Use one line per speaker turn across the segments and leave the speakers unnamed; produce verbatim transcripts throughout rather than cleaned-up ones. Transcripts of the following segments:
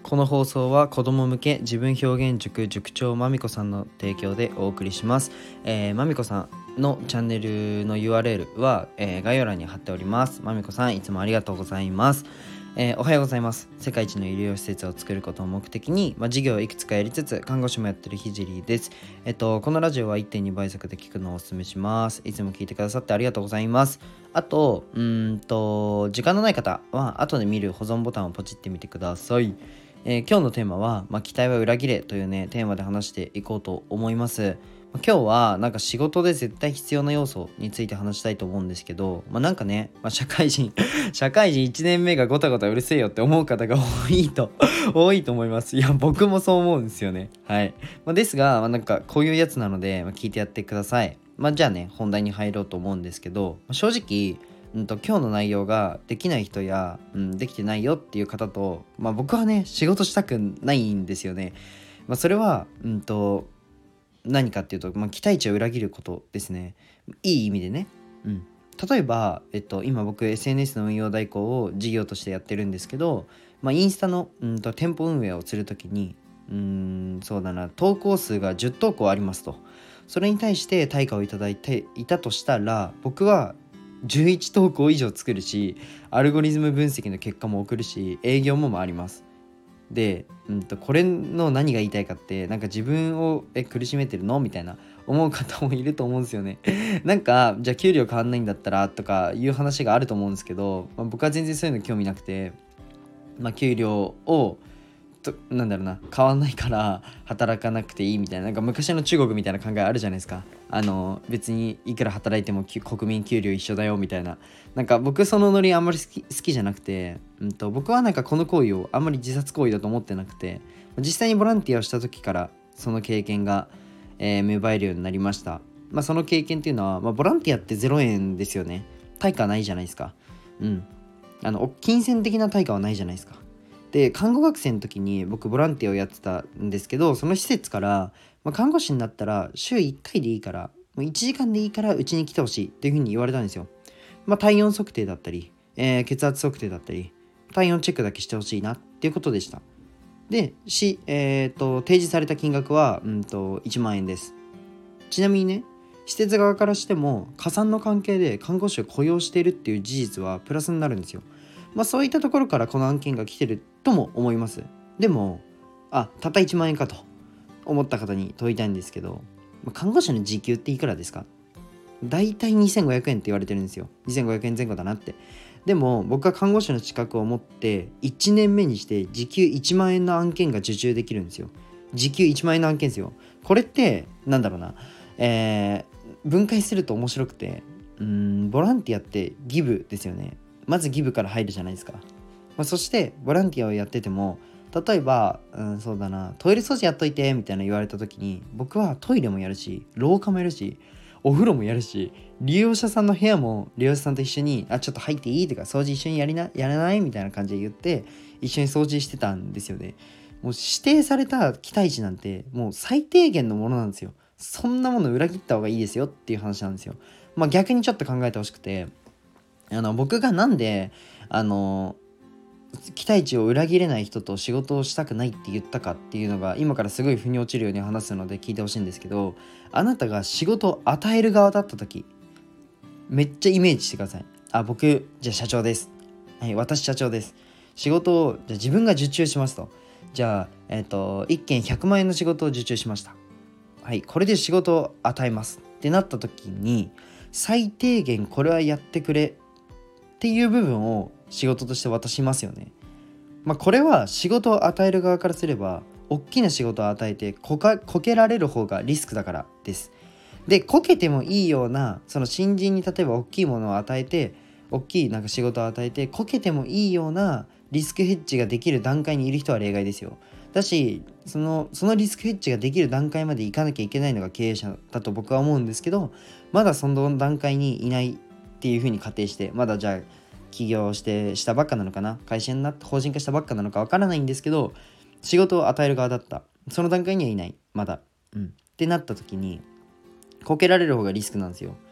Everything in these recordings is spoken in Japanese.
この放送は子供向け自分表現塾塾長まみこさんの提供でお送りします。えー、まみこさんのチャンネルの ユーアールエル は、えー、概要欄に貼っております。まみこさんいつもありがとうございます。えー、おはようございます。世界一の医療施設を作ることを目的に、まあ、事業をいくつかやりつつ看護師もやってるひじりです。えっとこのラジオは いってんに 倍速で聞くのをお勧めします。いつも聞いてくださってありがとうございます。あとうーんと時間のない方は後で見る保存ボタンをポチってみてください。えー、今日のテーマは、まあ、期待は裏切れというねテーマで話していこうと思います。まあ、今日はなんか仕事で絶対必要な要素について話したいと思うんですけど、まあ、なんかね、まあ、社会人社会人いちねんめがごたごたうるせえよって思う方が多いと多いと思います。いや僕もそう思うんですよね。はい、まあ、ですが、まあ、なんかこういうやつなので、まあ、聞いてやってください。まあ、じゃあね本題に入ろうと思うんですけど、まあ、正直うんと今日の内容ができない人や、うん、できてないよっていう方と、まあ、僕はね仕事したくないんですよね。まあ、それは、うんと何かっていうと、まあ、期待値を裏切ることですね。いい意味でね。うん、例えば、えっと、今僕 エスエヌエス の運用代行を事業としてやってるんですけど、まあ、インスタの、うんと、店舗運営をするときにうーんそうだな投稿数がじゅう投稿ありますと。それに対して対価をいただいていたとしたら僕はじゅういち投稿以上作るし、アルゴリズム分析の結果も送るし、営業も回ります。で、うんと、これの何が言いたいかって、なんか自分をえ苦しめてるのみたいな思う方もいると思うんですよね。なんかじゃあ給料変わんないんだったらとかいう話があると思うんですけど、まあ、僕は全然そういうの興味なくて、まあ、給料をとなんだろうな変わんないから働かなくていいみたいな、なんか昔の中国みたいな考えあるじゃないですか。あの別にいくら働いても国民給料一緒だよみたいな。なんか僕そのノリあんまり好き、好きじゃなくて、うんと、僕はなんかこの行為をあんまり自殺行為だと思ってなくて、実際にボランティアをした時からその経験が、えー、芽生えるようになりました。まあその経験っていうのは、まあ、ボランティアってゼロえんですよね。対価ないじゃないですか。うんあの金銭的な対価はないじゃないですか。で看護学生の時に僕ボランティアをやってたんですけど、その施設から、まあ、看護師になったら週いっかいでいいからもういちじかんでいいからうちに来てほしいっていう風に言われたんですよ。まあ、体温測定だったり、えー、血圧測定だったり体温チェックだけしてほしいなっていうことでした。でし、えー、と提示された金額は、うん、といちまんえんです。ちなみにね施設側からしても加算の関係で看護師を雇用しているっていう事実はプラスになるんですよ。まあそういったところからこの案件が来てるとも思います。でもあたったいちまんえんかと思った方に問いたいんですけど、看護師の時給っていくらですか？だいたいにせんごひゃくえんって言われてるんですよ。にせんごひゃくえん前後だなって。でも僕が看護師の資格を持っていちねんめにして時給いちまんえんの案件が受注できるんですよ。時給いちまんえんの案件ですよ。これってなんだろうな、えー、分解すると面白くて、うーんボランティアってギブですよね。まずギブから入るじゃないですか。まあ、そしてボランティアをやってても例えば、うん、そうだなトイレ掃除やっといてみたいな言われた時に僕はトイレもやるし廊下もやるしお風呂もやるし利用者さんの部屋も利用者さんと一緒にあちょっと入っていいとか掃除一緒にやりなやらないみたいな感じで言って一緒に掃除してたんですよね。もう指定された期待値なんてもう最低限のものなんですよ。そんなもの裏切った方がいいですよっていう話なんですよ。まあ逆にちょっと考えてほしくて、あの僕がなんであの期待値を裏切れない人と仕事をしたくないって言ったかっていうのが今からすごい腑に落ちるように話すので聞いてほしいんですけど、あなたが仕事を与える側だった時めっちゃイメージしてください。あ僕じゃあ社長です、はい私社長です、仕事をじゃあ自分が受注しますと、じゃあえっ、ー、といっけんひゃくまんえんの仕事を受注しました、はいこれで仕事を与えますってなった時に最低限これはやってくれっていう部分を仕事として渡しますよね。まあこれは仕事を与える側からすれば大きな仕事を与えてこかこけられる方がリスクだからです。でこけてもいいようなその新人に例えば大きいものを与えて大きいなんか仕事を与えてこけてもいいようなリスクヘッジができる段階にいる人は例外ですよ。だしそのそのリスクヘッジができる段階までいかなきゃいけないのが経営者だと僕は思うんですけど、まだその段階にいないっていうふうに仮定してまだじゃあ起業してしたばっかなのかな、会社になって法人化したばっかなのかわからないんですけど仕事を与える側だった、その段階にはいないまだ、うん、ってなった時にこけられる方がリスクなんですよ。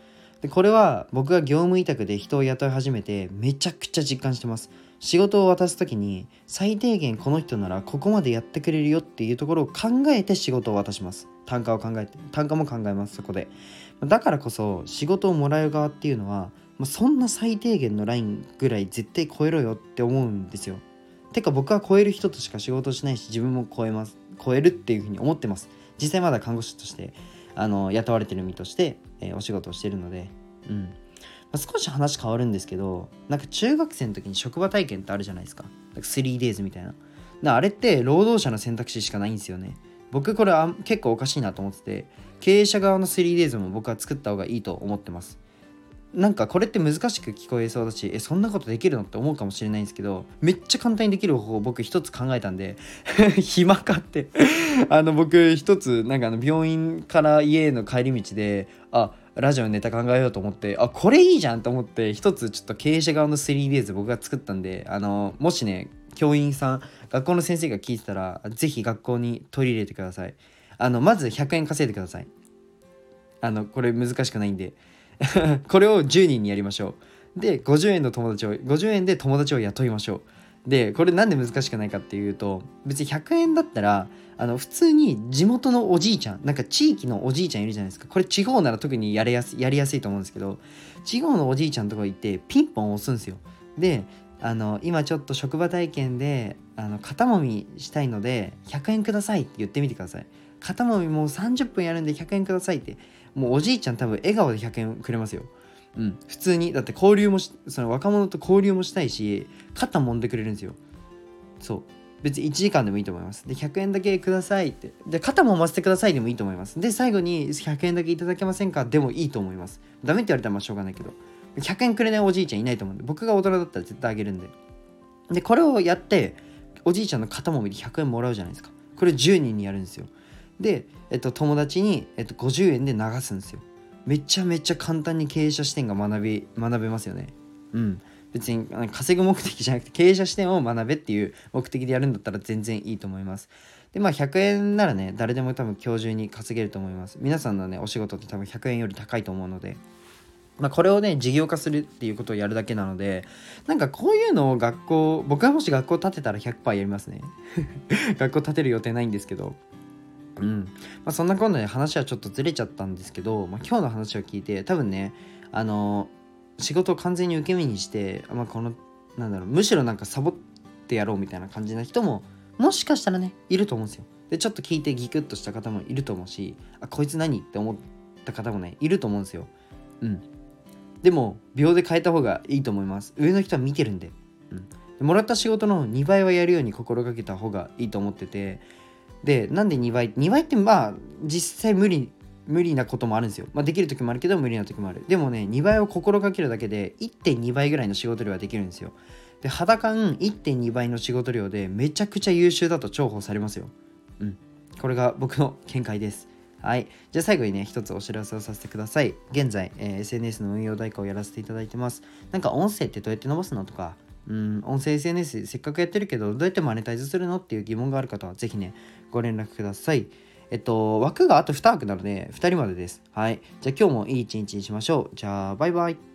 でこれは僕が業務委託で人を雇い始めてめちゃくちゃ実感してます。仕事を渡すときに最低限この人ならここまでやってくれるよっていうところを考えて仕事を渡します。単価を考えて単価も考えます。そこでだからこそ仕事をもらう側っていうのは、まあ、そんな最低限のラインぐらい絶対超えろよって思うんですよ。てか僕は超える人としか仕事をしないし、自分も超えます超えるっていうふうに思ってます。実際まだ看護師としてあの雇われてる身として、えー、お仕事をしてるので、うんまあ、少し話変わるんですけど、なんか中学生の時に職場体験ってあるじゃないですか。なんか スリーデイズ みたいな。なあれって労働者の選択肢しかないんですよね。僕これは結構おかしいなと思ってて、経営者側の スリーデイズ も僕は作った方がいいと思ってます。なんかこれって難しく聞こえそうだし、えそんなことできるのって思うかもしれないんですけど、めっちゃ簡単にできる方法を僕一つ考えたんで暇かってあの僕一つなんかあの病院から家への帰り道であラジオのネタ考えようと思って、あこれいいじゃんと思って一つちょっと経営者側の スリーデイズ 僕が作ったんで、あのもしね教員さん学校の先生が聞いてたらぜひ学校に取り入れてください。あのまずひゃくえん稼いでください。あのこれ難しくないんでこれをじゅうにんにやりましょう。でごじゅうえんの友達をごじゅうえんで友達を雇いましょう。でこれなんで難しくないかっていうと、別にひゃくえんだったらあの普通に地元のおじいちゃん、なんか地域のおじいちゃんいるじゃないですか。これ地方なら特にやりやすやりやすいと思うんですけど、地方のおじいちゃんとか行ってピンポン押すんですよ。であの今ちょっと職場体験であの肩もみしたいのでひゃくえんくださいって言ってみてください。肩もみもうさんじゅっぷんやるんでひゃくえんくださいって、もうおじいちゃん多分笑顔でひゃくえんくれますよ。うん、普通にだって交流もしその若者と交流もしたいし、肩揉んでくれるんですよ。そう別にいちじかんでもいいと思います。でひゃくえんだけくださいって、で肩もませてくださいでもいいと思います。で最後にひゃくえんだけいただけませんかでもいいと思います。ダメって言われたらまあしょうがないけど、ひゃくえんくれないおじいちゃんいないと思うんで、僕が大人だったら絶対あげるんで。でこれをやっておじいちゃんの肩もみでひゃくえんもらうじゃないですか。これじゅうにんにやるんですよ。で、えっと、友達に、えっと、ごじゅうえんで流すんですよ。めちゃめちゃ簡単に経営者視点が学び学べますよね。うん別に稼ぐ目的じゃなくて経営者視点を学べっていう目的でやるんだったら全然いいと思います。でまあひゃくえんならね誰でも多分今日中に稼げると思います。皆さんのねお仕事って多分ひゃくえんより高いと思うので、まあ、これをね事業化するっていうことをやるだけなので、なんかこういうのを学校僕がもし学校建てたら ひゃくパーセント やりますね学校建てる予定ないんですけど、うんまあ、そんなこんなで話はちょっとずれちゃったんですけど、まあ、今日の話を聞いて多分ねあの仕事を完全に受け身にして、まあ、このなんだろうむしろなんかサボってやろうみたいな感じな人ももしかしたらねいると思うんですよ。でちょっと聞いてギクッとした方もいると思うし、あこいつ何って思った方もねいると思うんですよ。うんでも秒で変えた方がいいと思います。上の人は見てるんで、うん、でもらった仕事のにばいはやるように心がけた方がいいと思ってて、でなんでにばい にばいってまあ実際無理無理なこともあるんですよ。まあできる時もあるけど無理な時もある。でもねにばいを心がけるだけで いってんにばいぐらいの仕事量はできるんですよ。で肌感 いってんにばいの仕事量でめちゃくちゃ優秀だと重宝されますよ。うんこれが僕の見解です。はい。じゃあ最後にね、一つお知らせをさせてください。現在、えー、エスエヌエス の運用代行をやらせていただいてます。なんか音声ってどうやって伸ばすのとか、うん、音声 エスエヌエス せっかくやってるけど、どうやってマネタイズするのっていう疑問がある方は、ぜひね、ご連絡ください。えっと、枠があとに枠なので、ふたりまでです。はい。じゃあ今日もいい一日にしましょう。じゃあ、バイバイ。